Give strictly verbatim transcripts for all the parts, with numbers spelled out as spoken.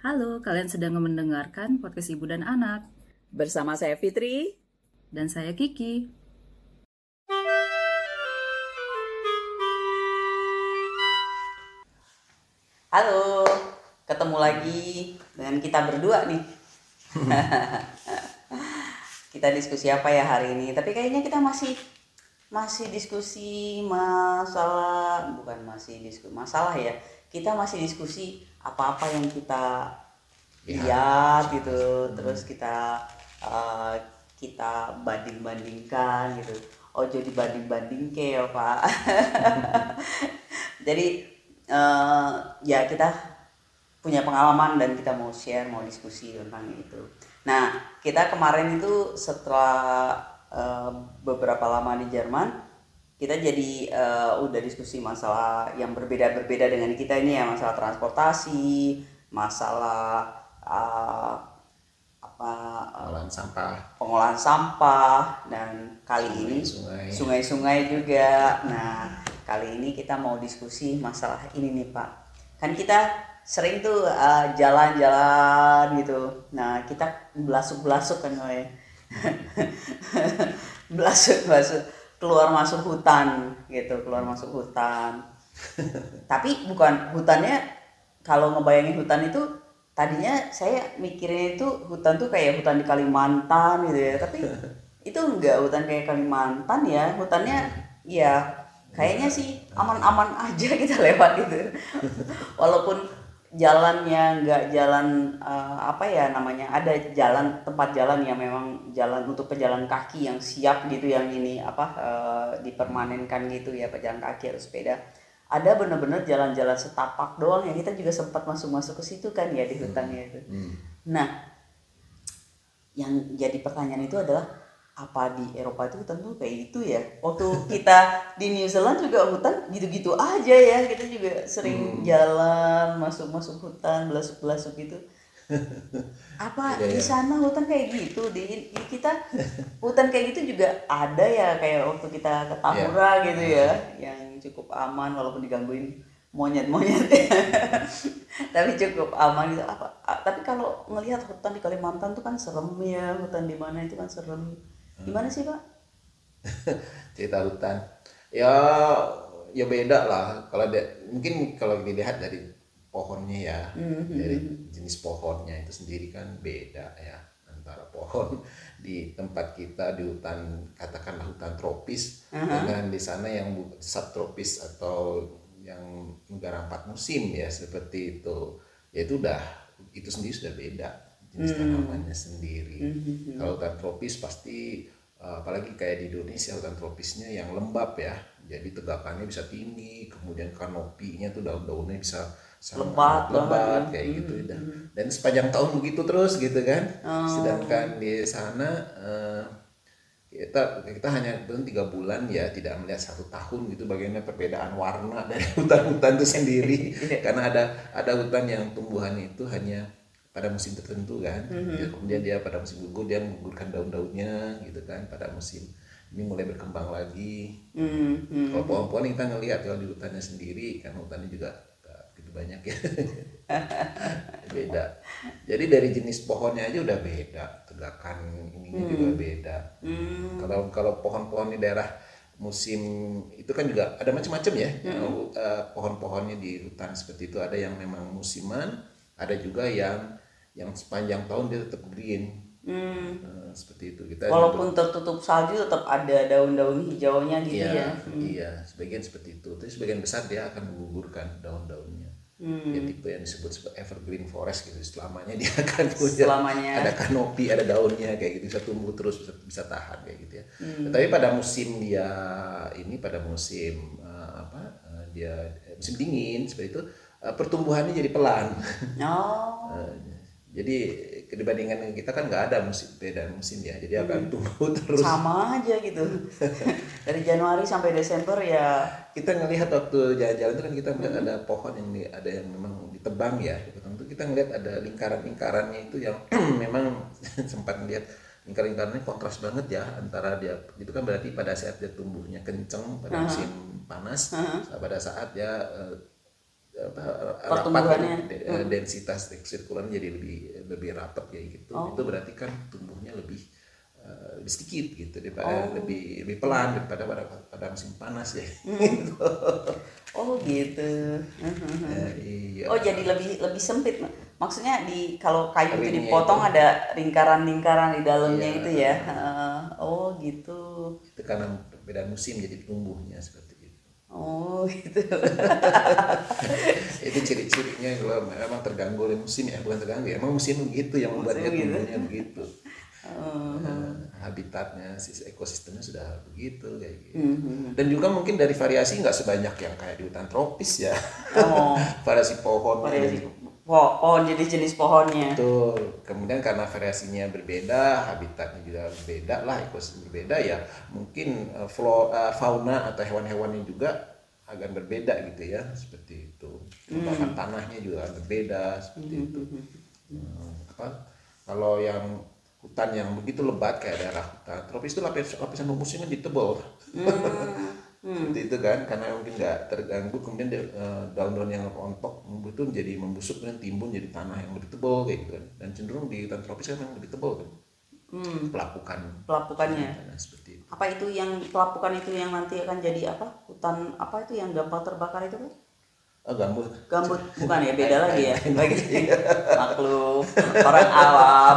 Halo, kalian sedang mendengarkan podcast Ibu dan Anak. Bersama saya Fitri. Dan saya Kiki. Halo, ketemu lagi dengan kita berdua nih. Kita diskusi apa ya hari ini? Tapi kayaknya kita masih masih diskusi masalah, bukan masih diskusi masalah ya. Kita masih diskusi apa-apa yang kita lihat gitu, terus kita uh, kita banding-bandingkan gitu. Oh jadi banding-banding ke ya Pak. Jadi uh, ya kita punya pengalaman dan kita mau share, mau diskusi tentang itu. Nah, kita kemarin itu setelah uh, beberapa lama di Jerman, kita jadi uh, udah diskusi masalah yang berbeda-berbeda dengan kita ini ya, masalah transportasi, masalah uh, apa pengolahan sampah, pengolahan sampah, dan kali sungai, ini sungai. sungai-sungai juga. Nah, kali ini kita mau diskusi masalah ini nih Pak. Kan kita sering tuh uh, jalan-jalan gitu. Nah, kita belasuk-belasuk kan ya. Belasuk-belasuk keluar masuk hutan gitu, keluar masuk hutan. Tapi bukan hutannya, kalau ngebayangin hutan itu tadinya saya mikirnya itu hutan tuh kayak hutan di Kalimantan gitu ya, tapi itu enggak hutan kayak Kalimantan ya. Hutannya ya kayaknya sih aman-aman aja kita lewat gitu. Walaupun jalannya enggak jalan uh, apa ya namanya, ada jalan tempat jalan yang memang jalan untuk pejalan kaki yang siap gitu, yang ini apa uh, dipermanenkan gitu ya, pejalan kaki atau sepeda. Ada bener-bener jalan-jalan setapak doang ya, kita juga sempat masuk-masuk ke situ kan ya di hutannya itu. Hmm. Nah, yang jadi pertanyaan itu adalah apa di Eropa itu hutan tuh kayak gitu ya? Waktu kita di New Zealand juga hutan gitu-gitu aja ya, kita juga sering hmm. jalan masuk-masuk hutan, belasuk-belasuk gitu. Apa di sana hutan kayak gitu? Di, di kita hutan kayak gitu juga ada ya, kayak waktu kita ke Tahura yeah. gitu ya, yang cukup aman walaupun digangguin monyet-monyet. Tapi cukup aman gitu. Apa? Tapi kalau ngelihat hutan di Kalimantan tuh kan serem ya, hutan di mana itu kan serem. Gimana sih Pak? Cerita hutan, ya ya beda lah. Kalau de, mungkin kalau dilihat dari pohonnya ya, mm-hmm. dari jenis pohonnya itu sendiri kan beda ya, antara pohon di tempat kita di hutan, katakanlah hutan tropis, uh-huh. dengan di sana yang subtropis atau yang negara empat musim ya, seperti itu. Ya itu udah, itu sendiri sudah beda jenis mm-hmm. tanamannya sendiri. Mm-hmm. Kalau hutan tropis pasti, apalagi kayak di Indonesia hutan tropisnya yang lembab ya, jadi tegakannya bisa tinggi, kemudian kanopinya tuh daun-daunnya bisa lebat, lebat kayak hmm. gitu dah. Dan sepanjang tahun begitu terus gitu kan. Oh. Sedangkan di sana uh, kita kita hanya berhenti tiga bulan ya, tidak melihat satu tahun gitu bagaimana perbedaan warna dari hutan-hutan itu sendiri. Karena ada ada hutan yang tumbuhannya itu hanya pada musim tertentu kan. Mm-hmm. Ya, kemudian dia pada musim gugur dia menggugurkan daun-daunnya gitu kan. Pada musim ini mulai berkembang lagi. Mm-hmm. Kalau pohon-pohon kita ngelihat kalau di hutannya sendiri, kan hutannya juga banyak ya. Beda. Jadi dari jenis pohonnya aja udah beda, tegakan ininya hmm. juga beda. Hmm. Kalau kalau pohon-pohon di daerah musim itu kan juga ada macam-macam ya. Hmm. Uh, pohon-pohonnya di hutan seperti itu ada yang memang musiman, ada juga yang yang sepanjang tahun dia tetap green. Hmm. Uh, seperti itu. Kita walaupun juga tertutup salju tetap ada daun-daun hijaunya gitu iya, ya. Hmm. Iya, sebagian seperti itu. Terus sebagian besar dia akan menggugurkan daun-daunnya. Hmm. Ya tipe yang disebut sebagai evergreen forest gitu, selamanya dia akan punya selamanya. Ada kanopi, ada daunnya kayak gitu, bisa tumbuh terus, bisa, bisa tahan kayak gitu ya. Hmm. Tapi pada musim dia ini pada musim uh, apa uh, dia musim dingin seperti itu, uh, pertumbuhannya jadi pelan. Oh. uh, jadi dibandingkan dengan kita kan nggak ada musim, beda musim ya, jadi akan hmm. tumbuh terus. Sama aja gitu. Dari Januari sampai Desember ya. Kita ngelihat waktu jalan-jalan itu kan kita melihat hmm. ada pohon yang di, ada yang memang ditebang ya. Itu kita ngelihat ada lingkaran-lingkarannya itu yang memang sempat melihat lingkaran-lingkarannya kontras banget ya antara dia. Itu kan berarti pada saat dia tumbuhnya kenceng pada uh-huh. musim panas, uh-huh. pada saat dia uh, apa rapat, Pertumbuhannya. de- Hmm. densitas sirkulan jadi lebih lebih rapat kayak gitu. Oh. Itu berarti kan tumbuhnya lebih eh, lebih sedikit gitu daripada Oh. lebih lebih pelan daripada pada pada musim panas ya. Oh gitu. Ya, iya. Oh jadi lebih lebih sempit. Maksudnya di kalau kayu itu Ringnya dipotong itu. ada lingkaran-lingkaran di dalamnya Iya. itu ya. Heeh. Oh gitu. Itu karena beda musim jadi tumbuhnya seperti itu. Oh gitu. Itu ciri-cirinya kalau memang terganggu oleh musim ya, bukan terganggu ya, emang musim begitu yang membuat dia Musim gitu. tumbuhnya begitu. Oh. Eh, habitatnya, sis- ekosistemnya sudah begitu kayak gitu. Mhm. Dan juga mungkin dari variasi nggak sebanyak yang kayak di hutan tropis ya. Oh. Variasi pohon. Variasi po- pohon jenis-jenis pohonnya. Betul. Kemudian karena variasinya berbeda, habitatnya juga berbeda lah, ekosistem berbeda ya. Mungkin eh, flo- eh, fauna atau hewan-hewannya juga agak berbeda gitu ya, seperti itu. Bahkan tanahnya juga berbeda seperti itu. Hmm, apa? Kalau yang hutan yang begitu lebat kayak daerah hutan tropis itu lapis, lapisan humusnya kan ditebal. Seperti itu kan, karena mungkin nggak terganggu, kemudian dia, eh, daun-daun yang rontok itu jadi membusuk dan timbun jadi tanah yang lebih tebal kayak gitu kan. Dan cenderung di hutan tropis kan memang lebih tebal kan. Hmm. Pelapukan Pelapukannya. tanah seperti itu. Apa itu yang pelapukan itu yang nanti akan jadi apa? Hutan apa itu yang gampang terbakar itu kan? Oh, gambut. Gambut bukan ya, beda Lain- lagi ya. lain- Lagi maklum orang awam.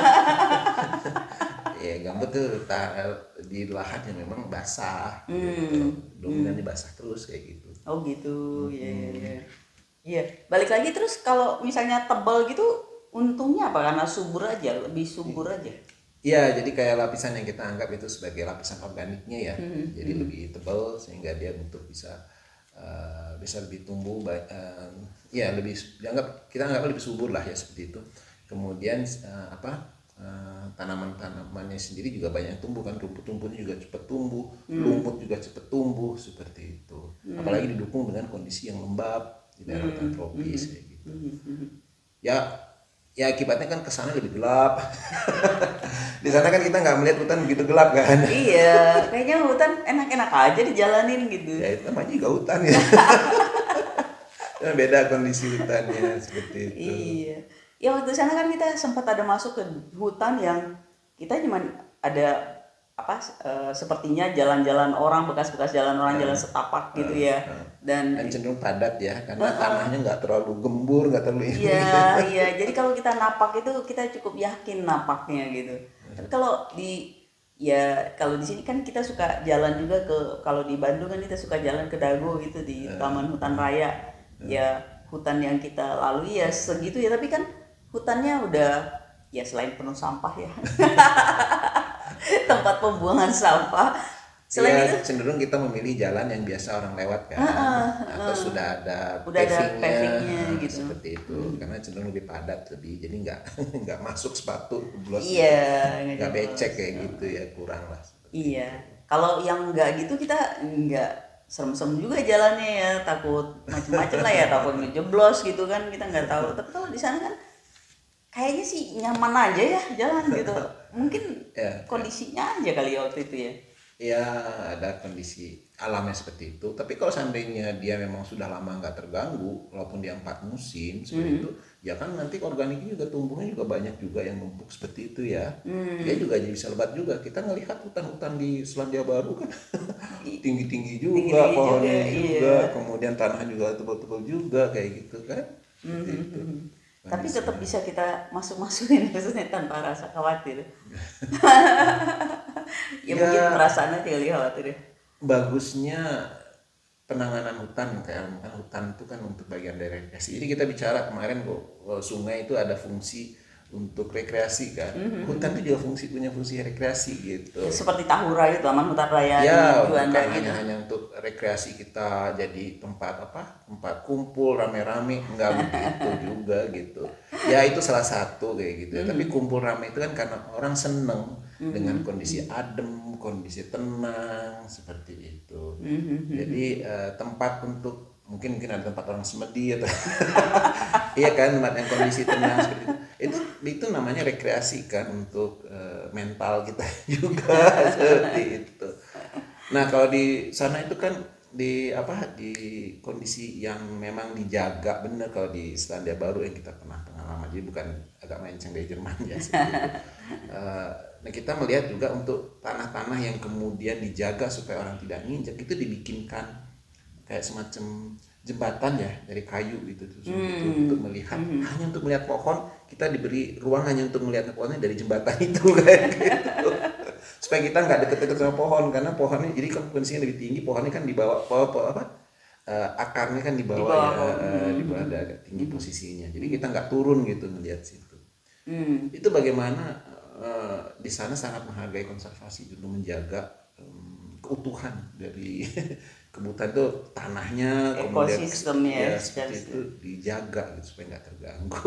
Ya gambut tuh ta- di lahan yang memang basah, Hmm. gitu. Dominannya basah terus kayak gitu. Oh gitu, iya iya iya. Iya, balik lagi terus kalau misalnya tebal gitu, untungnya apa? Karena subur aja, lebih subur aja. Iya, jadi kayak lapisan yang kita anggap itu sebagai lapisan organiknya ya, jadi lebih tebal sehingga dia untuk bisa uh, bisa lebih tumbuh, ba- uh, ya lebih dianggap kita anggap lebih subur lah ya seperti itu. Kemudian uh, apa uh, tanaman-tanamannya sendiri juga banyak yang tumbuh kan, rumput-rumputnya juga cepat tumbuh, lumut juga cepat tumbuh seperti itu. Apalagi didukung dengan kondisi yang lembab di daerah hutan tropis kayak gitu. Ya, ya akibatnya kan kesana lebih gelap. Di sana kan kita nggak melihat hutan begitu gelap kan. Iya, kayaknya hutan enak-enak aja dijalanin gitu. Ya itu namanya juga hutan ya. Ya, beda kondisi hutannya seperti itu. Iya. Ya waktu sana kan kita sempat ada masuk ke hutan yang kita cuma ada apa eh, sepertinya jalan-jalan orang, bekas-bekas jalan orang, jalan setapak gitu ya. Dan Dan cenderung padat ya, karena tanahnya nggak terlalu gembur, nggak terlalu ini. iya, iya. Jadi kalau kita napak itu kita cukup yakin napaknya gitu. Tapi kalau di ya kalau di sini kan kita suka jalan juga ke kalau di Bandung kan kita suka jalan ke Dago gitu di Taman Hutan Raya. Ya hutan yang kita lalui ya segitu ya, tapi kan hutannya udah ya selain penuh sampah ya. Tempat pembuangan sampah. Selain Ya, itu cenderung kita memilih jalan yang biasa orang lewat kan, atau sudah ada Udah ada pavingnya, pavingnya nah, gitu. seperti itu, karena cenderung lebih padat lebih, jadi nggak nggak masuk sepatu jeblos, iya, nggak becek kayak gitu ya, kurang lah. iya. Kalau yang enggak gitu kita enggak serem-serem juga jalannya ya, takut macem-macem lah ya, takut ngejeblos gitu kan, kita nggak tahu. Tapi kalau di sana kan kayaknya sih nyaman aja ya jalan gitu. Mungkin Ya, kondisinya aja kali ya waktu itu ya. Ya ada kondisi alamnya seperti itu, tapi kalau seandainya dia memang sudah lama nggak terganggu, walaupun dia empat musim seperti itu, ya kan nanti organiknya juga tumbuhnya juga banyak juga yang numpuk seperti itu ya. Dia juga jadi bisa lebat juga. Kita ngelihat hutan-hutan di Selandia Baru kan tinggi-tinggi juga, Tinggi-tinggi pohonnya juga, juga, iya. kemudian tanah juga tebal-tebal juga kayak gitu kan. Seperti itu. Tapi tetap bisa kita masuk-masukin maksudnya tanpa rasa khawatir. Ya, Ya. mungkin perasaan aja kali khawatir ya. Bagusnya penanganan hutan, kayak kan hutan itu kan untuk bagian dari rekreasi. Jadi kita bicara kemarin kok eh, sungai itu ada fungsi untuk rekreasi kan. Hutan itu juga fungsi punya fungsi rekreasi gitu. Seperti Tahura itu, Taman Hutan Raya Ya, di bukan Juanda hanya gitu. hanya untuk rekreasi kita jadi tempat apa? Tempat kumpul rame-rame, enggak begitu juga gitu. Ya itu salah satu kayak gitu. Tapi kumpul rame itu kan karena orang seneng dengan kondisi adem, kondisi tenang seperti itu. Jadi eh, tempat untuk mungkin mungkin ada tempat orang semedi atau iya kan, tempat yang kondisi tenang seperti itu. Itu itu namanya rekreasi kan untuk eh, mental kita juga seperti itu. Nah kalau di sana itu kan di apa di kondisi yang memang dijaga bener kalau di Selandia Baru yang kita pernah pengalaman, jadi bukan agak melenceng dari Jerman ya seperti itu. Uh, nah kita melihat juga untuk tanah-tanah yang kemudian dijaga supaya orang tidak nginjak, itu dibikinkan kayak semacam jembatan ya dari kayu gitu tuh, hmm. untuk melihat hmm. hanya untuk melihat pohon, kita diberi ruang hanya untuk melihat pohonnya dari jembatan itu kayak gitu. Supaya kita nggak deket-deket sama pohon, karena pohonnya jadi kan kondisinya lebih tinggi, pohonnya kan di bawah apa, apa uh, akarnya kan di bawah, di bawah ya uh, di bawah ada agak tinggi hmm. posisinya, jadi kita nggak turun gitu melihat situ. hmm. Itu bagaimana uh, di sana sangat menghargai konservasi untuk menjaga um, keutuhan dari kebutuhan itu, tanahnya, ekosistemnya ya, seperti itu dijaga gitu supaya nggak terganggu.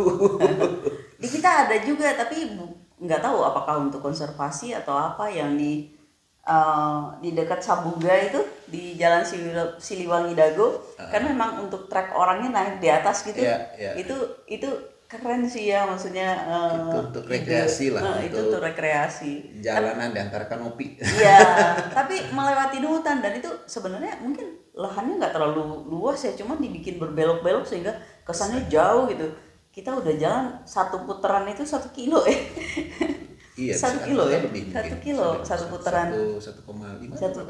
Di kita ada juga, tapi nggak tahu apakah untuk konservasi atau apa, yang di uh, di dekat Sabuga itu di Jalan Siliwangi Dago, uh, kan memang untuk trek orangnya naik di atas gitu. Yeah, yeah. Itu itu keren sih ya, maksudnya uh, itu untuk rekreasi ide, lah, uh, itu untuk rekreasi. Jalanan di antara kanopi. Iya, tapi melewati hutan, dan itu sebenarnya mungkin lahannya nggak terlalu luas ya, cuma dibikin berbelok-belok sehingga kesannya jauh gitu. Kita udah jalan satu putaran itu satu kilo ya. Iya, satu kilo ya, lebih satu kilo, satu putaran. Satu koma lima, satu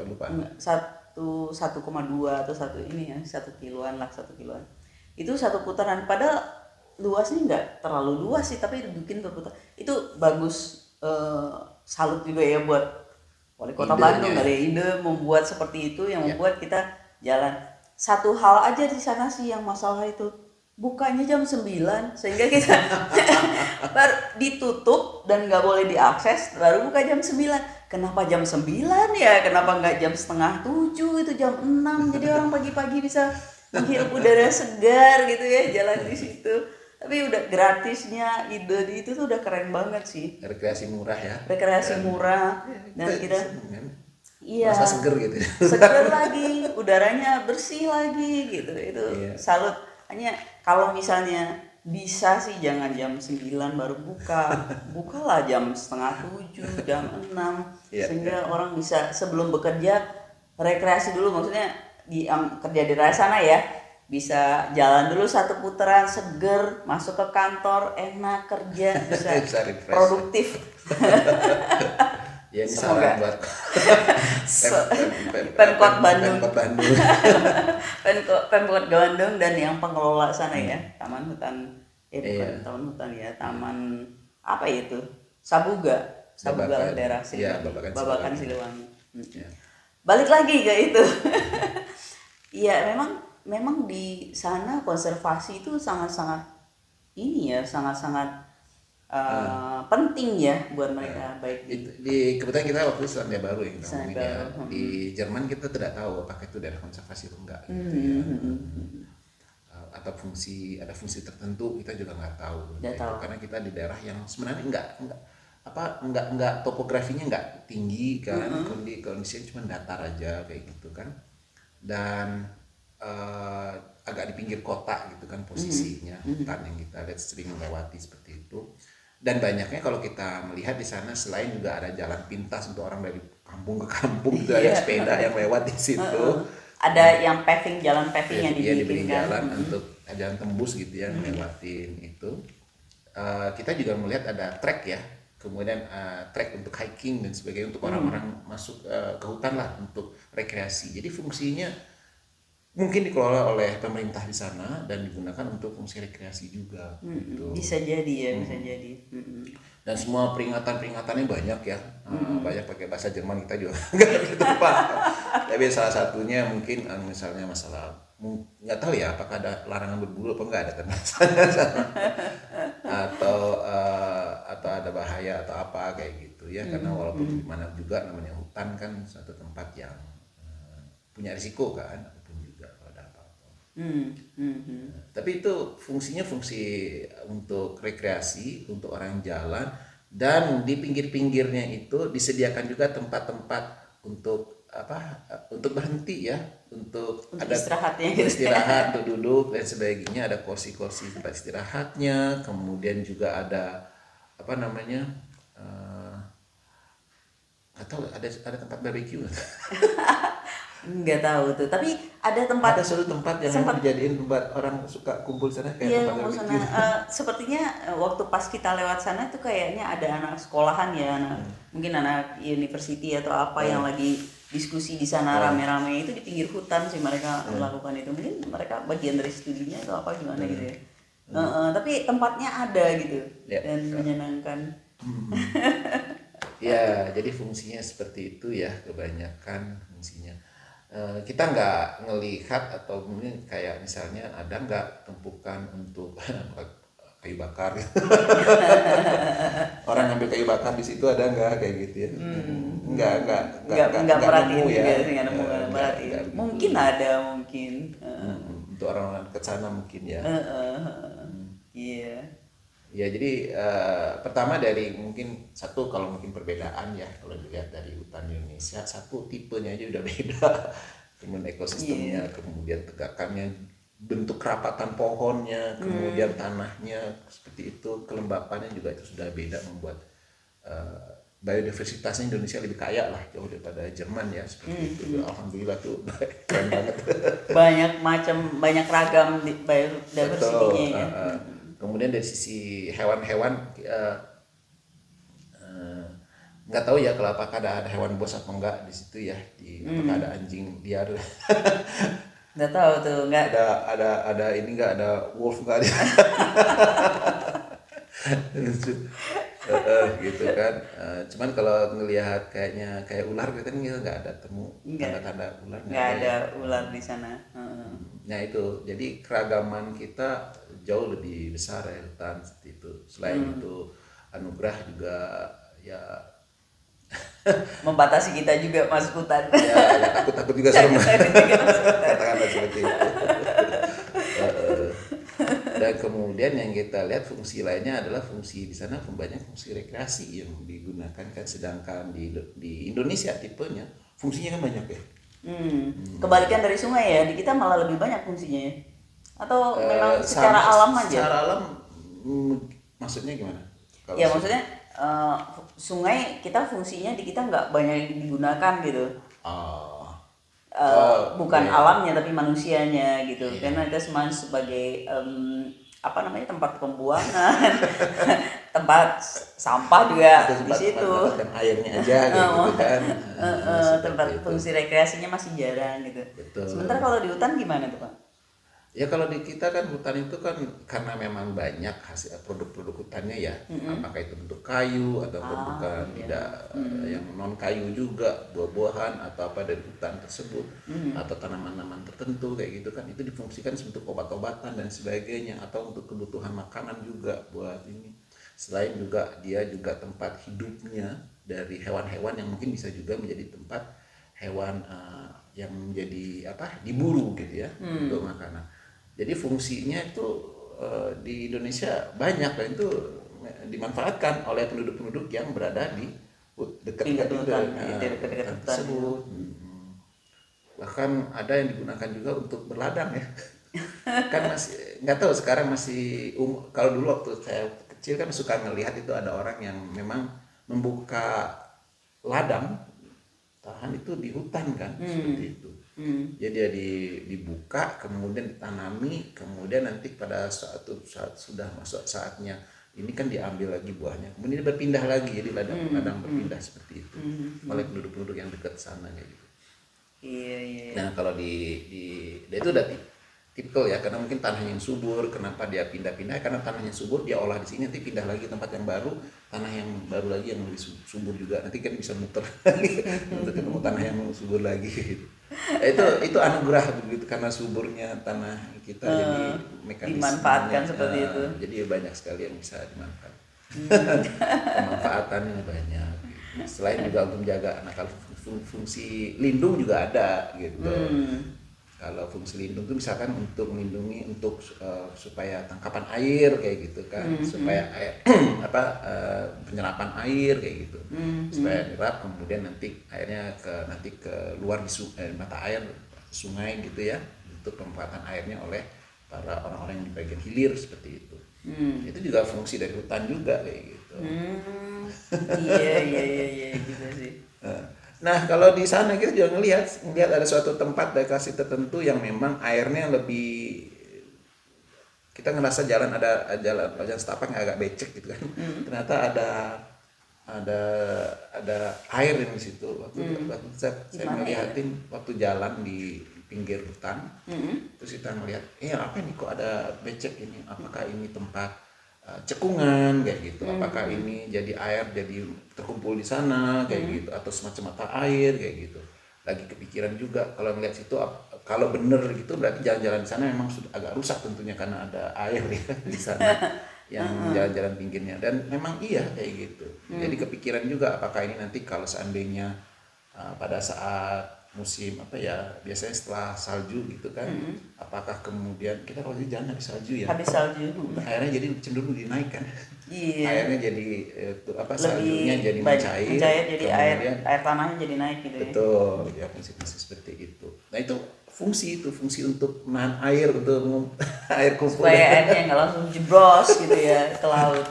satu satu koma dua atau satu ini ya, satu kiloan lah, satu kiloan. Itu satu putaran, padahal luasnya nggak terlalu luas sih, tapi bikin berputar. Itu bagus, eh, salut juga ya buat wali kota Idenya. Bandung kali ya, ide membuat seperti itu yang membuat ya. Kita jalan. Satu hal aja di sana sih yang masalah itu, bukanya jam sembilan sehingga kita baru ditutup dan nggak boleh diakses, baru buka jam sembilan. Kenapa jam sembilan ya? Kenapa nggak jam setengah tujuh, itu jam enam, jadi orang pagi-pagi bisa menghirup udara segar gitu ya, jalan di situ. Tapi udah gratisnya, ide di itu tuh udah keren banget sih. Rekreasi murah ya. Rekreasi murah, dan kita iya, rasa seger gitu. Seger lagi, udaranya bersih lagi gitu. Itu iya. Salut. Hanya kalau misalnya bisa sih jangan jam sembilan baru buka. Bukalah jam setengah tujuh, jam enam, iya, sehingga iya. Orang bisa sebelum bekerja rekreasi dulu, maksudnya di um, kerja di daerah sana ya. Bisa jalan dulu satu putaran seger, masuk ke kantor enak, kerja bisa, bisa produktif. Ya ini saran buat Pemkot Bandung, Pemkot Bandung dan yang pengelola sana ya, Taman Hutan, eh bukan Taman Hutan ya, Taman apa itu, Sabuga, Sabuga daerah sini, ya, Babakan, Babakan Siliwangi. Ya. Balik lagi ke itu, iya memang. Memang di sana konservasi itu sangat-sangat ini ya, sangat-sangat uh, hmm. penting ya buat mereka. Hmm. Baik di, di kebetulan kita waktu itu Selandia Baru yang kita ngomongin ya. Hmm. Di Jerman kita tidak tahu apakah itu daerah konservasi atau enggak gitu hmm. ya. Hmm. Atau fungsi ada fungsi tertentu kita juga nggak tahu, gitu. tahu. Karena kita di daerah yang sebenarnya enggak enggak apa enggak enggak topografinya enggak tinggi kan, hmm. kondisi kondisinya cuma datar aja kayak gitu kan, dan Uh, agak di pinggir kota gitu kan posisinya, mm-hmm. hutan yang kita lihat sering melewati seperti itu. Dan banyaknya kalau kita melihat di sana selain juga ada jalan pintas untuk orang dari kampung ke kampung, itu ada sepeda yang lewat di situ. Uh-uh. Ada nah, yang paving, jalan paving ya, yang dibikin, diberi jalan mm-hmm. untuk jalan tembus gitu ya, mm-hmm. melewatin itu. Uh, kita juga melihat ada trek ya, kemudian uh, trek untuk hiking dan sebagainya untuk mm-hmm. orang-orang masuk uh, ke hutan lah untuk rekreasi. Jadi fungsinya mungkin dikelola oleh pemerintah di sana dan digunakan untuk fungsi rekreasi juga. Hmm, gitu. Bisa jadi ya, hmm. bisa jadi. Hmm. Dan semua peringatan-peringatannya banyak ya, hmm. banyak pakai bahasa Jerman, kita juga nggak gitu paham. Tapi salah satunya mungkin misalnya masalah, nggak tahu ya apakah ada larangan berburu apa nggak ada kan, atau uh, atau ada bahaya atau apa kayak gitu ya, karena walaupun hmm. gimana juga namanya hutan kan suatu tempat yang uh, punya risiko kan. Hmm, hmm, hmm. Tapi itu fungsinya fungsi untuk rekreasi, untuk orang jalan, dan di pinggir-pinggirnya itu disediakan juga tempat-tempat untuk apa? Untuk berhenti ya, untuk, untuk ada istirahatnya, istirahat, untuk duduk dan sebagainya. Ada kursi-kursi tempat istirahatnya, kemudian juga ada apa namanya? Uh, atau ada ada tempat barbecue. Nggak tahu tuh, tapi ada tempat. Ada suatu tempat yang sempat dijadiin tempat orang suka kumpul sana kayak Iya, tempat mau gitu. sana. Eh, sepertinya eh, waktu pas kita lewat sana tuh kayaknya ada anak sekolahan ya, anak mungkin anak university atau apa yang lagi diskusi di sana rame-rame, itu di pinggir hutan sih mereka melakukan itu. Mungkin mereka bagian dari studinya atau apa gimana gitu ya. Eh, eh, tapi tempatnya ada gitu Ya. dan menyenangkan. Ya, jadi fungsinya seperti itu ya, kebanyakan fungsinya. Eh, kita nggak ngelihat atau mungkin kayak misalnya ada nggak tumpukan untuk kayu bakar. Orang ngambil kayu bakar di situ ada nggak kayak gitu ya? Hmm. Nggak, nggak, Nggak nggak merhatiin nemu juga ya. sih, nggak nemu, Eh, nggak nggak- merhatiin. nggak Mungkin gitu. ada mungkin. Eh, Hmm, untuk orang-orang ke sana mungkin ya. eh, eh, eh. Iya. Ya jadi eh, pertama dari mungkin satu kalau mungkin perbedaan ya kalau dilihat dari hutan di Indonesia, satu tipenya aja udah beda, kemudian ekosistemnya, kemudian tegakannya, bentuk kerapatan pohonnya, kemudian tanahnya seperti itu, kelembapannya juga itu sudah beda, membuat eh, biodiversitasnya Indonesia lebih kaya lah jauh daripada Jerman ya seperti itu. Alhamdulillah tuh keren banget. Banyak macam, banyak ragam di biodiversity-nya ya. Uh, uh, kemudian dari sisi hewan-hewan uh, uh, nggak tahu ya kalau apakah ada, ada hewan buas atau enggak di situ ya, di apakah ada anjing liar. Nggak tahu tuh, nggak. ada ada ada ini nggak, ada wolf nggak ada. Uh, uh, gitu kan. Uh, cuman kalau ngelihat kayaknya kayak ular gitu kan nggak ada temu Nggak. tanda-tanda ular, Nggak ada ya. ular di sana. Heeh. Nah itu, jadi keragaman kita jauh lebih besar ya hutan seperti itu. Selain itu anugerah juga ya, Membatasi kita juga masuk hutan. ya, ya takut-takut juga serem. Katakanlah seperti itu. Uh, Dan kemudian yang kita lihat fungsi lainnya adalah fungsi di sana banyak fungsi rekreasi yang digunakan kan, sedangkan di di Indonesia tipenya fungsinya kan banyak ya. Hmm. Kebalikan dari sungai ya, di kita malah lebih banyak fungsinya ya. Atau Eh, memang secara sama- alam aja? Secara alam mm, maksudnya gimana? Kalau Ya se- maksudnya eh, sungai kita fungsinya di kita nggak banyak yang digunakan gitu. Ah, Eh, Oh, bukan iya. alamnya tapi manusianya gitu. Iya. Karena itu cuma sebagai em, apa namanya, tempat pembuangan, tempat sampah juga itu di tempat- situ. tempat mendapatkan airnya aja kayak gitu kan. Eh, eh, Seperti tempat itu. fungsi rekreasinya masih jarang gitu. Betul. Sementara kalau di hutan gimana tuh Pak? Ya kalau di kita kan hutan itu kan karena memang banyak hasil produk-produk hutannya ya, apakah itu bentuk kayu atau bukan tidak eh, yang non kayu juga, buah-buahan atau apa dari hutan tersebut, atau tanaman-tanaman tertentu kayak gitu kan, itu difungsikan sebagai obat-obatan dan sebagainya, atau untuk kebutuhan makanan juga buat ini. Selain juga dia juga tempat hidupnya dari hewan-hewan yang mungkin bisa juga menjadi tempat hewan eh, yang menjadi apa diburu gitu ya untuk makanan. Jadi fungsinya itu uh, di Indonesia banyak dan itu dimanfaatkan oleh penduduk-penduduk yang berada di dekat-dekat Pinggir itu, hutan, nah, di dekat-dekat hutan hutan. tersebut. Hmm. Bahkan ada yang digunakan juga untuk berladang ya. Kan masih nggak tahu sekarang masih um, kalau dulu waktu saya kecil kan suka ngelihat itu ada orang yang memang membuka ladang tahan itu di hutan kan, seperti itu. Hmm. Jadi dia di, dibuka, kemudian ditanami, kemudian nanti pada suatu saat sudah masuk saatnya ini kan diambil lagi buahnya, kemudian dia berpindah lagi, jadi ladang-ladang berpindah seperti itu oleh penduduk-penduduk yang dekat sana kayak gitu. Iya iya. iya. Nah kalau di, di dia itu udah tip- tipikal ya, karena mungkin tanahnya yang subur, kenapa dia pindah-pindah? Karena tanahnya subur dia olah di sini, nanti pindah lagi tempat yang baru, tanah yang baru lagi yang lebih su- subur juga, nanti kan bisa muter untuk ketemu tanah yang subur lagi. Gitu. Nah, itu itu anugerah begitu karena suburnya tanah kita, Uh, jadi mekanisme dimanfaatkan seperti itu. Jadi banyak sekali yang bisa dimanfaatkan. Pemanfaatannya banyak. Gitu. Selain juga untuk menjaga, nah kalau fung- fungsi lindung juga ada gitu. Hmm. Kalau fungsi lindung itu misalkan untuk melindungi untuk uh, supaya tangkapan air kayak gitu kan, Mm-hmm. supaya air apa uh, penyerapan air kayak gitu, Mm-hmm. supaya nyerap kemudian nanti airnya ke nanti ke luar di su- eh, mata air sungai gitu ya, untuk pemanfaatan airnya oleh para orang-orang yang di bagian hilir seperti itu. Hmm. Itu juga fungsi dari hutan juga kayak gitu. Hmm. Iya iya iya iya gitu sih. Nah, Nah, kalau di sana kita juga ngelihat ngelihat ada suatu tempat lokasi tertentu yang memang airnya lebih, kita ngerasa jalan ada jalan jalan setapak yang agak becek gitu kan. Hmm. Ternyata ada ada ada air di situ. Waktu, hmm. waktu saya, saya ngeliatin ya? Waktu jalan di pinggir hutan, hmm. terus kita ngelihat, eh apa ini kok ada becek ini? Apakah ini tempat uh, cekungan kayak gitu? Hmm. Apakah ini jadi air jadi terkumpul di sana kayak hmm. gitu? Atau semacam mata air kayak gitu? Lagi kepikiran juga kalau ngeliat situ, kalau bener gitu berarti jalan-jalan di sana memang sudah agak rusak tentunya karena ada air ya di sana yang jalan-jalan pinggirnya, dan memang iya kayak gitu. Hmm. Jadi kepikiran juga apakah ini nanti kalau seandainya uh, pada saat musim apa ya, biasanya setelah salju gitu kan, hmm. apakah kemudian kita kalau di jalan habis salju ya, habis salju airnya jadi cenderung dinaikkan. Iya. Airnya jadi itu apa, saljunya jadi mencair, mencair jadi air air tanahnya jadi naik gitu ya. Betul, ya fungsi-fungsi seperti itu. Nah itu fungsi itu fungsi untuk menahan air, untuk air kumpul supaya airnya nggak langsung jebros gitu ya ke laut.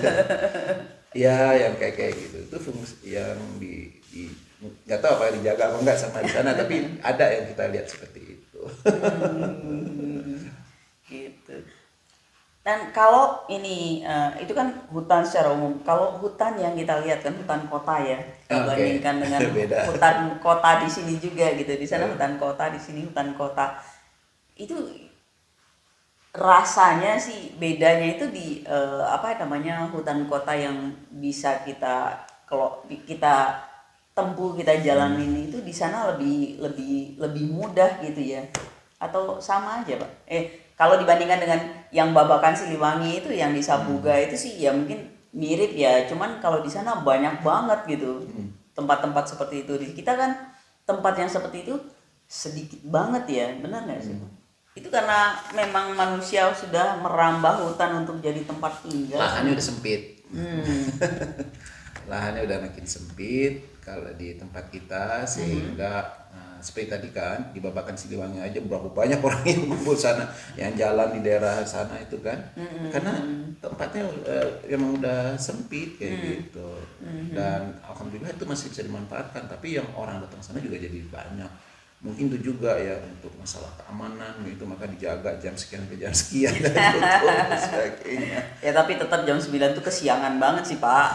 Ya yang kayak kayak gitu itu fungsi yang di, di nggak tahu apa dijaga apa enggak sama di sana, tapi ada yang kita lihat seperti itu. Hmm, gitu. Dan kalau ini uh, itu kan hutan secara umum. Kalau hutan yang kita lihat kan hutan kota ya, kita okay. bandingkan dengan Beda. hutan kota di sini juga gitu. Di sana hutan kota, di sini hutan kota. Itu rasanya sih bedanya itu di uh, apa namanya, hutan kota yang bisa kita kalau kita tempuh, kita jalanin hmm. itu di sana lebih lebih lebih mudah gitu ya, atau sama aja Pak? Eh kalau dibandingkan dengan yang Babakan Siliwangi itu yang di Sabuga hmm. itu sih ya mungkin mirip ya, cuman kalau di sana banyak banget gitu hmm. tempat-tempat seperti itu. Di kita kan tempat yang seperti itu sedikit banget ya, benar nggak sih? Hmm. Itu karena memang manusia sudah merambah hutan untuk jadi tempat tinggal. Lahannya udah sempit. Hmm. Lahannya udah makin sempit kalau di tempat kita, sehingga hmm. nah, seperti tadi kan di Babakan Siliwangi aja berapa banyak orang yang kumpul sana, yang jalan di daerah sana itu kan, hmm. karena tempatnya uh, emang udah sempit kayak hmm. gitu. Hmm. Dan alhamdulillah itu masih bisa dimanfaatkan, tapi yang orang datang sana juga jadi banyak. Mungkin itu juga ya untuk masalah keamanan gitu, maka dijaga jam sekian ke jam sekian dan tutup sebagainya. Ya tapi tetap jam sembilan itu kesiangan banget sih Pak.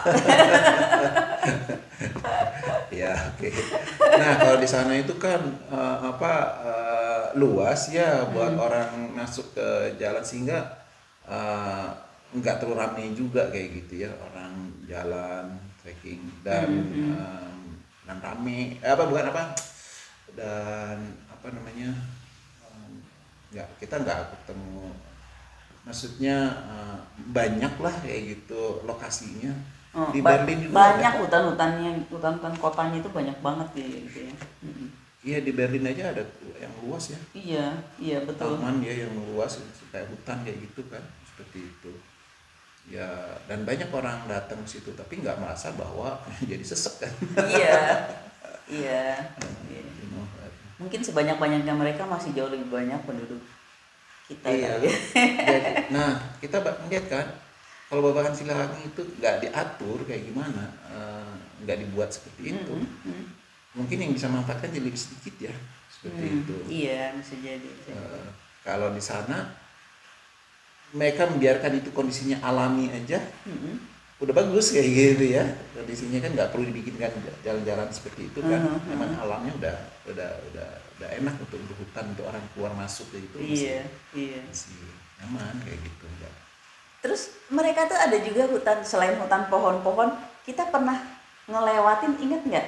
Ya oke. Okay. Nah kalau di sana itu kan uh, apa uh, luas ya buat hmm. orang masuk ke jalan, sehingga uh, nggak terlalu ramai juga kayak gitu ya, orang jalan trekking dan hmm. um, dan ramai apa bukan apa dan apa namanya um, ya kita nggak ketemu, maksudnya uh, banyak lah kayak gitu lokasinya. Oh, di ba- Berlin juga banyak ada, hutan-hutannya, hutan-hutan kotanya itu banyak banget gitu ya. Iya di Berlin aja ada yang luas ya. Iya, iya betul. Taman ya yang luas kayak hutan kayak gitu kan, seperti itu. Ya dan banyak orang datang ke situ tapi nggak merasa bahwa jadi sesek kan. Iya. Iya. Iya. Mungkin sebanyak-banyaknya mereka masih jauh lebih banyak penduduk kita. Iya. Ya. Jadi, nah kita lihat kan kalau Babakan Siliwangi itu nggak diatur kayak gimana, nggak uh, dibuat seperti itu. Mm-hmm. Mungkin yang bisa manfaatkan jadi lebih sedikit ya, seperti mm, itu. Iya bisa jadi. Uh, kalau di sana mereka membiarkan itu kondisinya alami aja, mm-hmm. udah bagus kayak gitu ya. Kondisinya kan nggak perlu dibikinkan jalan-jalan seperti itu kan. Uh-huh. Memang alamnya udah udah udah udah enak untuk hutan, untuk orang keluar masuk kayak gitu. Iya, masih, iya. Masih nyaman kayak gitu ya. Terus mereka tuh ada juga hutan, selain hutan pohon-pohon, kita pernah ngelewatin, inget nggak?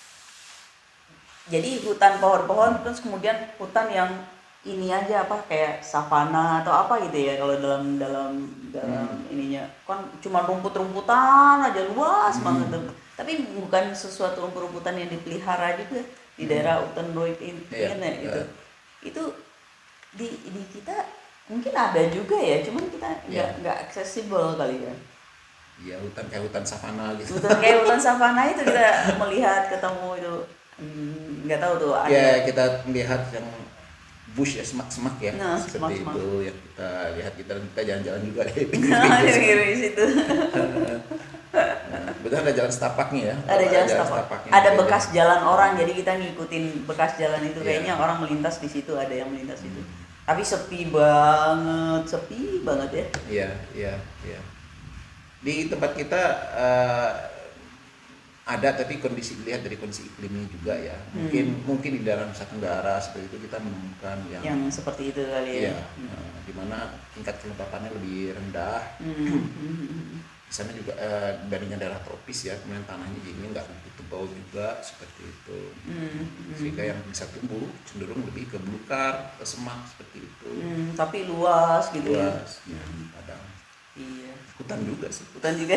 Jadi hutan pohon-pohon terus kemudian hutan yang ini aja apa kayak savana atau apa gitu ya kalau dalam dalam dalam hmm. ininya kan cuma rumput-rumputan aja luas hmm. banget tuh. Tapi bukan sesuatu rumput-rumputan yang dipelihara juga di daerah Utendoid ini yeah. ya gitu. Yeah. Itu di di kita mungkin ada juga ya, cuman kita nggak yeah. nggak aksesibel kali ya. Iya, hutan kayak hutan savana gitu. Hutan kayak hutan savana itu kita melihat ketemu itu nggak hmm, tahu tuh ada. Ya kita melihat yang bush ya, semak-semak ya, nah, seperti semak-semak. itu yang kita lihat, kita kita jalan-jalan juga di pinggir-pinggir situ. Nah, kebetulan ada jalan setapaknya ya. Ada jalan setapak. setapaknya. Ada Jadi- bekas jalan orang, jadi kita ngikutin bekas jalan itu. Iya. Kayaknya orang melintas di situ, ada yang melintas itu. Tapi sepi banget, sepi banget ya. Iya, iya, iya. Di tempat kita eh, ada, tapi kondisi lihat dari kondisi iklimnya juga ya. Mungkin Hmm. mungkin di dalam Nusa Tenggara seperti itu kita menemukan yang, Yang seperti itu kali ya. iya, eh, di mana tingkat kelembapannya lebih rendah. Hmm, hmm, hmm. Di sana juga eh, dibandingkan daerah tropis ya, kemudian tanahnya jadi nggak begitu tebal juga seperti itu. Hmm, hmm. Sehingga yang bisa tumbuh cenderung lebih ke belukar, ke semak seperti itu. Hmm, tapi luas gitu ya. Luas, ya, padang. Iya. Hutan juga sih. Hutan juga.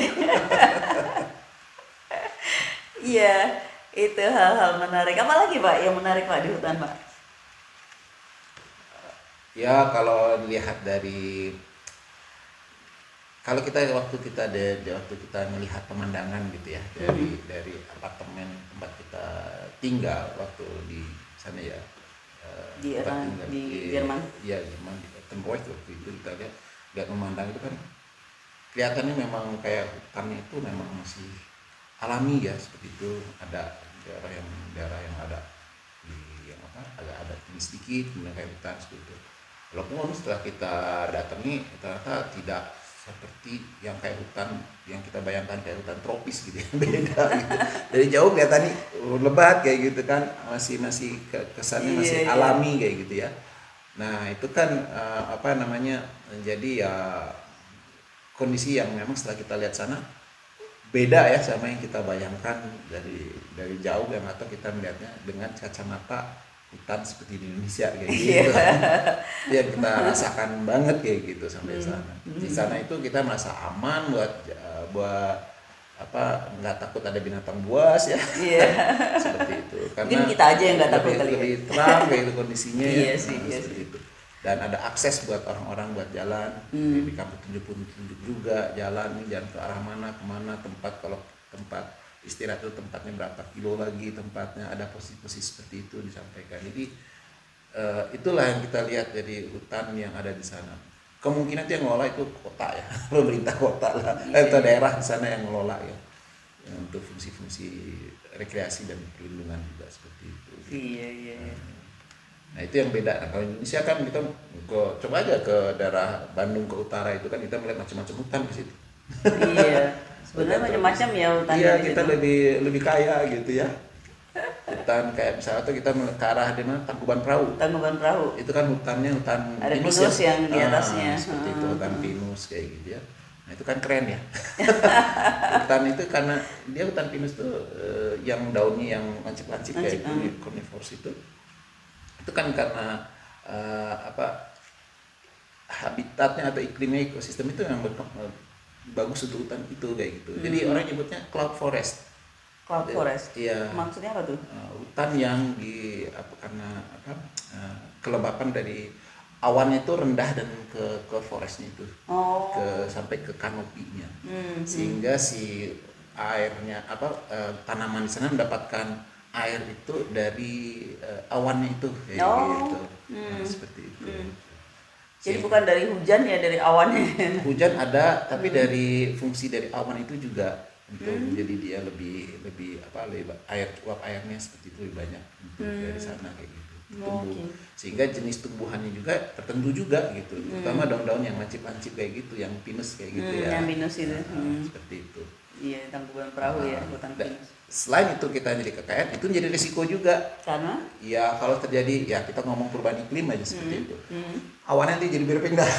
Iya, itu hal-hal menarik. Apa lagi Pak yang menarik Pak di hutan Pak? Ya kalau lihat dari kalau kita waktu kita ada waktu kita melihat pemandangan gitu ya dari dari apartemen tempat kita tinggal waktu di sana ya, eh, Di tempat era- tinggal di Jerman. Iya Jerman di Temboy waktu itu kita lihat lihat memandang itu kan kelihatannya memang kayak hutannya itu memang masih alami ya, seperti itu. Ada daerah yang daerah yang ada di yang apa agak ada tinggi sedikit kemudian kayak hutan seperti itu. Walaupun setelah kita datangi ternyata tidak seperti yang kayak hutan yang kita bayangkan kayak hutan tropis gitu ya, beda gitu. Dari jauh kelihatannya lebat kayak gitu kan, masih masih ke- kesannya masih Iya, iya. alami kayak gitu ya. Nah itu kan eh, apa namanya, jadi ya kondisi yang memang setelah kita lihat sana beda ya sama yang kita bayangkan dari dari jauh yang atau kita melihatnya dengan kacamata hutan seperti di Indonesia kayak gitu. Ya kita rasakan banget kayak gitu sampai sana. Di sana itu kita merasa aman buat eh, buat apa nggak takut ada binatang buas ya. Iya. Seperti itu. Mungkin kita aja yang nggak takut lebih- kali ya. lebih terang kayak itu kondisinya ya. Iya sih, Nah, iya seperti sih. itu. Dan ada akses buat orang-orang buat jalan. Hmm. Di kampung tunjuk pun tunjuk juga jalan nih, jalan ke arah mana kemana tempat, kalau tempat istirahat itu tempatnya berapa kilo lagi tempatnya, ada posisi-posisi seperti itu disampaikan. Jadi eh, itulah yang kita lihat dari hutan yang ada di sana. Kemungkinan itu yang ngelola itu kota ya, pemerintah kota lah, eh, atau daerah di sana yang ngelola ya, yang untuk fungsi-fungsi rekreasi dan perlindungan juga seperti itu. Iya, iya, iya. Nah itu yang beda. Nah, kalau Indonesia kan kita ke, coba aja ke daerah Bandung ke utara itu kan kita melihat macam-macam hutan di situ. Iya. Sebenarnya macam-macam ya hutan. Iya di kita situ. lebih lebih kaya gitu ya. Hutan kayak misalnya tuh kita ke arah di mana Tangkuban Perahu. Tangkuban Perahu. Itu kan hutannya hutan Ada pinus yang di atasnya. Ah, seperti itu Ah, hutan ah. pinus kayak gitu ya. Nah itu kan keren ya. Hutan itu karena dia hutan pinus tuh eh, yang daunnya yang lancip-lancip kayak Lancip, gitu, conifers itu. Itu kan karena eh, apa habitatnya atau iklimnya ekosistem itu yang ber- eh, bagus untuk hutan itu kayak gitu. Jadi Hmm. orang nyebutnya cloud forest. Cloud forest. Iya. Maksudnya apa tuh? Uh, hutan yang di apa karena apa uh, kelembapan dari awannya itu rendah dan ke ke forestnya itu Oh. ke sampai ke kanopinya, Hmm, sehingga si airnya apa uh, tanaman di sana mendapatkan air itu dari uh, awannya itu kayak Oh. gitu. Nah, Hmm. seperti itu. Hmm. Jadi Sehingga- bukan dari hujan ya, dari awannya. hujan ada, tapi Hmm. dari fungsi dari awan itu juga untuk menjadi dia lebih lebih apa lebih ba- air uap airnya seperti itu lebih banyak untuk Hmm. dari sana kayak gitu Oh, tumbuh, oke. sehingga jenis tumbuhannya juga tertentu juga gitu, Hmm. terutama daun-daun yang lancip-lancip kayak gitu, yang pinus kayak gitu Hmm, ya. yang pinus itu. Nah, Hmm. seperti itu. Iya, Tangkuban Perahu ya, Nah, hutan da- pinus. Selain itu kita jadi K K N itu menjadi risiko juga. Karena Ya kalau terjadi ya kita ngomong perubahan iklim aja seperti Hmm, itu. hmm. Awannya nanti jadi berpindah.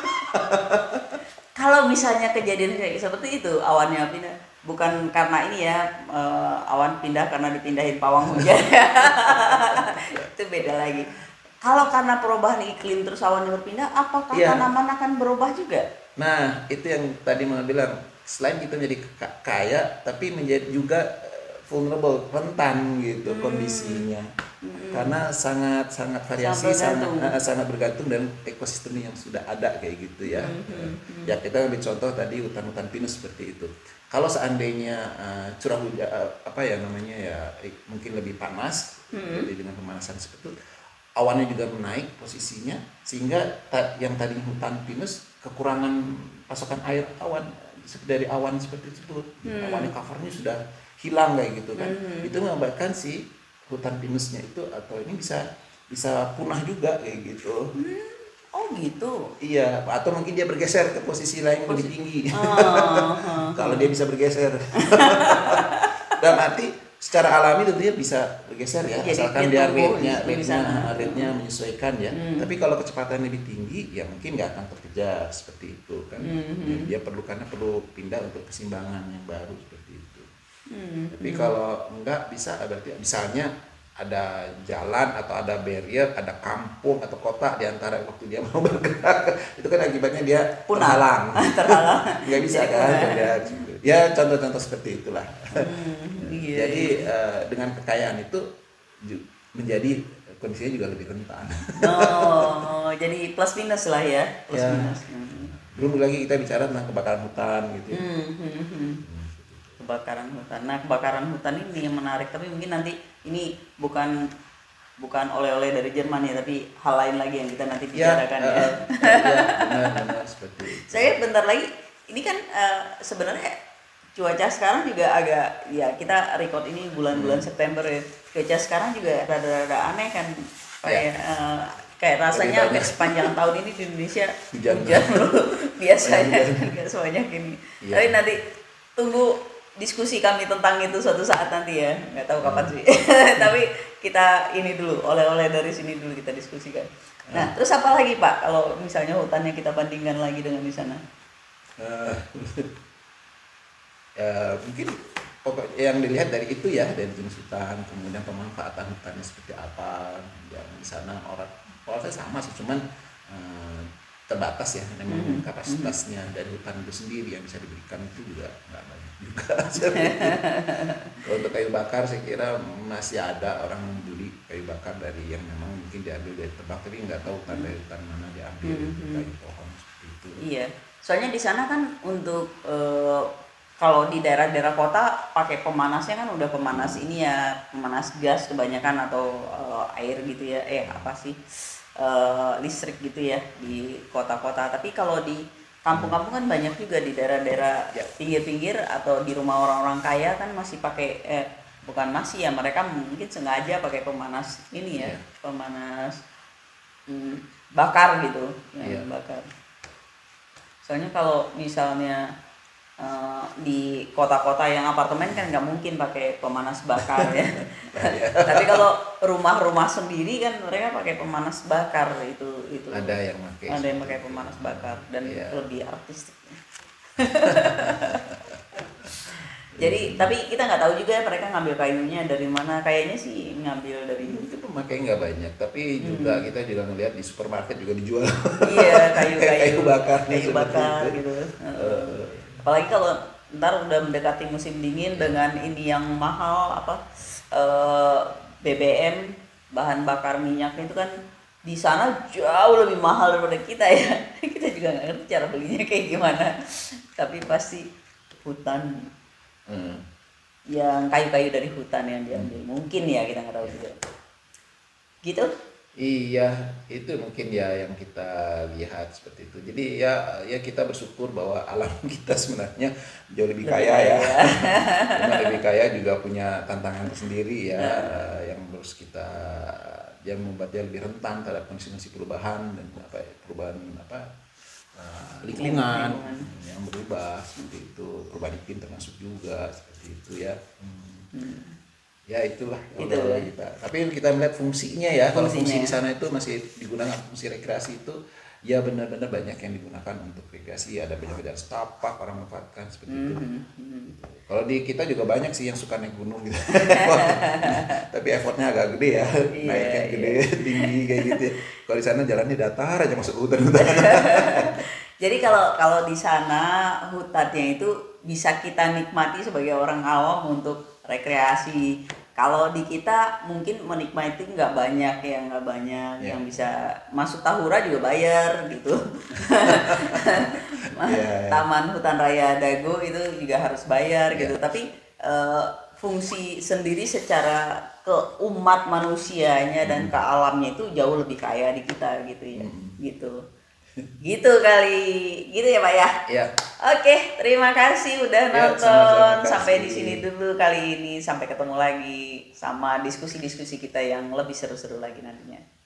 Kalau misalnya kejadian kayak seperti itu, awannya pindah, bukan karena ini ya, eh, awan pindah karena dipindahin pawang hujan. Itu beda lagi. Kalau karena perubahan iklim terus awannya berpindah, apakah Iya. tanaman akan berubah juga? Nah, itu yang tadi Mama bilang, selain kita menjadi ka- kaya, tapi menjadi juga eh, vulnerable, rentan gitu kondisinya. Karena sangat sangat variasi, Sangat sangat bergantung. eh, sangat bergantung dan ekosistem yang sudah ada kayak gitu ya. Eh, Ya kita ambil contoh tadi hutan-hutan pinus seperti itu. Kalau seandainya eh, curah hujan eh, apa ya namanya ya eh, mungkin lebih panas, jadi dengan pemanasan seperti itu, awannya juga menaik posisinya sehingga ta- yang tadinya hutan pinus kekurangan pasokan air awan dari awan seperti itu, hmm. awannya covernya sudah hilang kayak gitu kan, hmm. itu mengakibatkan si hutan pinusnya itu atau ini bisa bisa punah juga kayak gitu. Hmm. Oh gitu. Iya, atau mungkin dia bergeser ke posisi lain yang lebih tinggi. Oh, oh, kalau dia bisa bergeser. Dan nanti secara alami tentunya bisa bergeser ya, jadi asalkan dia tumbuh, rate-nya itu bisa. rate-nya rate-nya menyesuaikan ya. Hmm. Tapi kalau kecepatan lebih tinggi ya mungkin nggak akan terkejar seperti itu kan. Hmm. Dia perlu karena perlu pindah untuk keseimbangan yang baru seperti itu. Hmm. Tapi kalau enggak bisa berarti misalnya ada jalan atau ada barrier, ada kampung atau kota di antara waktu dia mau bergerak, itu kan akibatnya dia terhalang. terhalang. Nggak bisa kan? Ya, ya contoh-contoh seperti itulah. Hmm, iya, Jadi iya. Uh, dengan kekayaan itu menjadi kondisinya juga lebih rentan. Oh, jadi plus minus lah ya, plus ya. minus. Hmm. Belum lagi kita bicara tentang kebakaran hutan gitu. Hmm, hmm, hmm. Kebakaran hutan. Nah, kebakaran hutan ini yang menarik, tapi mungkin nanti ini bukan bukan oleh-oleh dari Jerman ya, tapi hal lain lagi yang kita nanti bicarakan ya. Ya, uh, ya benar-benar seperti itu. Saya bentar lagi, ini kan uh, sebenarnya cuaca sekarang juga agak, ya kita record ini bulan-bulan hmm. September ya. Cuaca sekarang juga rada-rada aneh kan, kayak ya. uh, kayak rasanya hampir sepanjang tahun ini di Indonesia hujan, hujan loh. Biasanya nggak sebanyak ini. Ya. Tapi nanti tunggu diskusi kami tentang itu suatu saat nanti ya, nggak tahu kapan sih. Tapi kita ini dulu, oleh-oleh dari sini dulu kita diskusikan. Nah, hmm. terus apa lagi Pak kalau misalnya hutannya kita bandingkan lagi dengan di sana? Uh, ya, mungkin pokok yang dilihat dari itu ya, dari jenis hutan, kemudian pemanfaatan hutannya seperti apa. Yang di sana orang orang sama sih, cuman uh, terbatas ya, memang mm-hmm. kapasitasnya dari hutan itu sendiri yang bisa diberikan itu juga nggak banyak juga. Kalau untuk kayu bakar saya kira masih ada orang membeli kayu bakar dari yang memang mungkin diambil dari tebak, tapi nggak tahu hutan dari hutan mana diambil mm-hmm. kayu pohon seperti itu. Iya, soalnya di sana kan untuk uh, kalau di daerah-daerah kota pakai pemanasnya kan udah pemanas ini ya, pemanas gas kebanyakan atau uh, air gitu ya, eh apa sih? Uh, listrik gitu ya di kota-kota. Tapi kalau di kampung-kampung kan banyak juga di daerah-daerah pinggir-pinggir atau di rumah orang-orang kaya kan masih pakai eh bukan masih ya, mereka mungkin sengaja pakai pemanas ini ya, yeah. pemanas hmm, bakar gitu ya, yeah. bakar. Soalnya kalau misalnya uh, di kota-kota yang apartemen kan nggak mungkin pakai pemanas bakar ya. Tapi kalau rumah-rumah sendiri kan mereka pakai pemanas bakar itu itu. Ada yang pakai. Ada yang pakai pemanas bakar dan yeah. lebih artistik. Jadi yeah. tapi kita nggak tahu juga ya mereka ngambil kayunya dari mana. Kayaknya sih ngambil dari itu pemakai nggak banyak, tapi juga hmm. kita juga ngelihat di supermarket juga dijual. Iya kayu-kayu kayu bakar, kayu bakar gitu. Uh. Apalagi kalau ntar udah mendekati musim dingin dengan ini yang mahal apa uh, B B M bahan bakar minyak itu kan di sana jauh lebih mahal daripada kita ya. Kita juga nggak ngerti cara belinya kayak gimana. Tapi pasti hutan hmm. yang kayu-kayu dari hutan yang diambil. Hmm. Mungkin ya kita nggak tahu juga. Gitu? Iya, itu mungkin ya yang kita lihat seperti itu. Jadi ya ya kita bersyukur bahwa alam kita sebenarnya jauh lebih, lebih kaya, kaya ya. Cuma lebih kaya juga punya tantangan tersendiri ya, nah. yang harus kita yang membuat dia lebih rentan terhadap kondisi-kondisi perubahan dan apa perubahan apa uh, lingkungan, lingkungan yang berubah seperti itu, perubahan iklim termasuk juga seperti itu ya. Hmm. Hmm. Ya itulah itu kita. Tapi kita melihat fungsinya ya. Kalau fungsi di sana itu masih digunakan fungsi rekreasi itu ya benar-benar banyak yang digunakan untuk rekreasi. Ada banyak-banyak setapak orang memanfaatkan seperti mm-hmm. itu. Mm-hmm. Kalau di kita juga banyak sih yang suka naik gunung gitu. Tapi effortnya agak gede ya. Yeah, naiknya gede, yeah. tinggi kayak gitu. Kalau di sana jalannya datar aja masuk hutan-hutan. Jadi kalau kalau di sana hutannya itu bisa kita nikmati sebagai orang awam untuk rekreasi. Kalau di kita mungkin menikmati nggak banyak ya, nggak banyak yeah. yang bisa masuk Tahura juga bayar gitu. yeah, yeah. Taman Hutan Raya Dago itu juga harus bayar yeah. gitu. Tapi uh, fungsi sendiri secara ke umat manusianya dan mm. ke alamnya itu jauh lebih kaya di kita gitu ya, mm. gitu. Gitu kali, gitu ya Pak ya. Ya. Oke, terima kasih udah Ya, nonton. sama-sama, Sampai kasih. di sini dulu kali ini. Sampai ketemu lagi sama diskusi-diskusi kita yang lebih seru-seru lagi nantinya.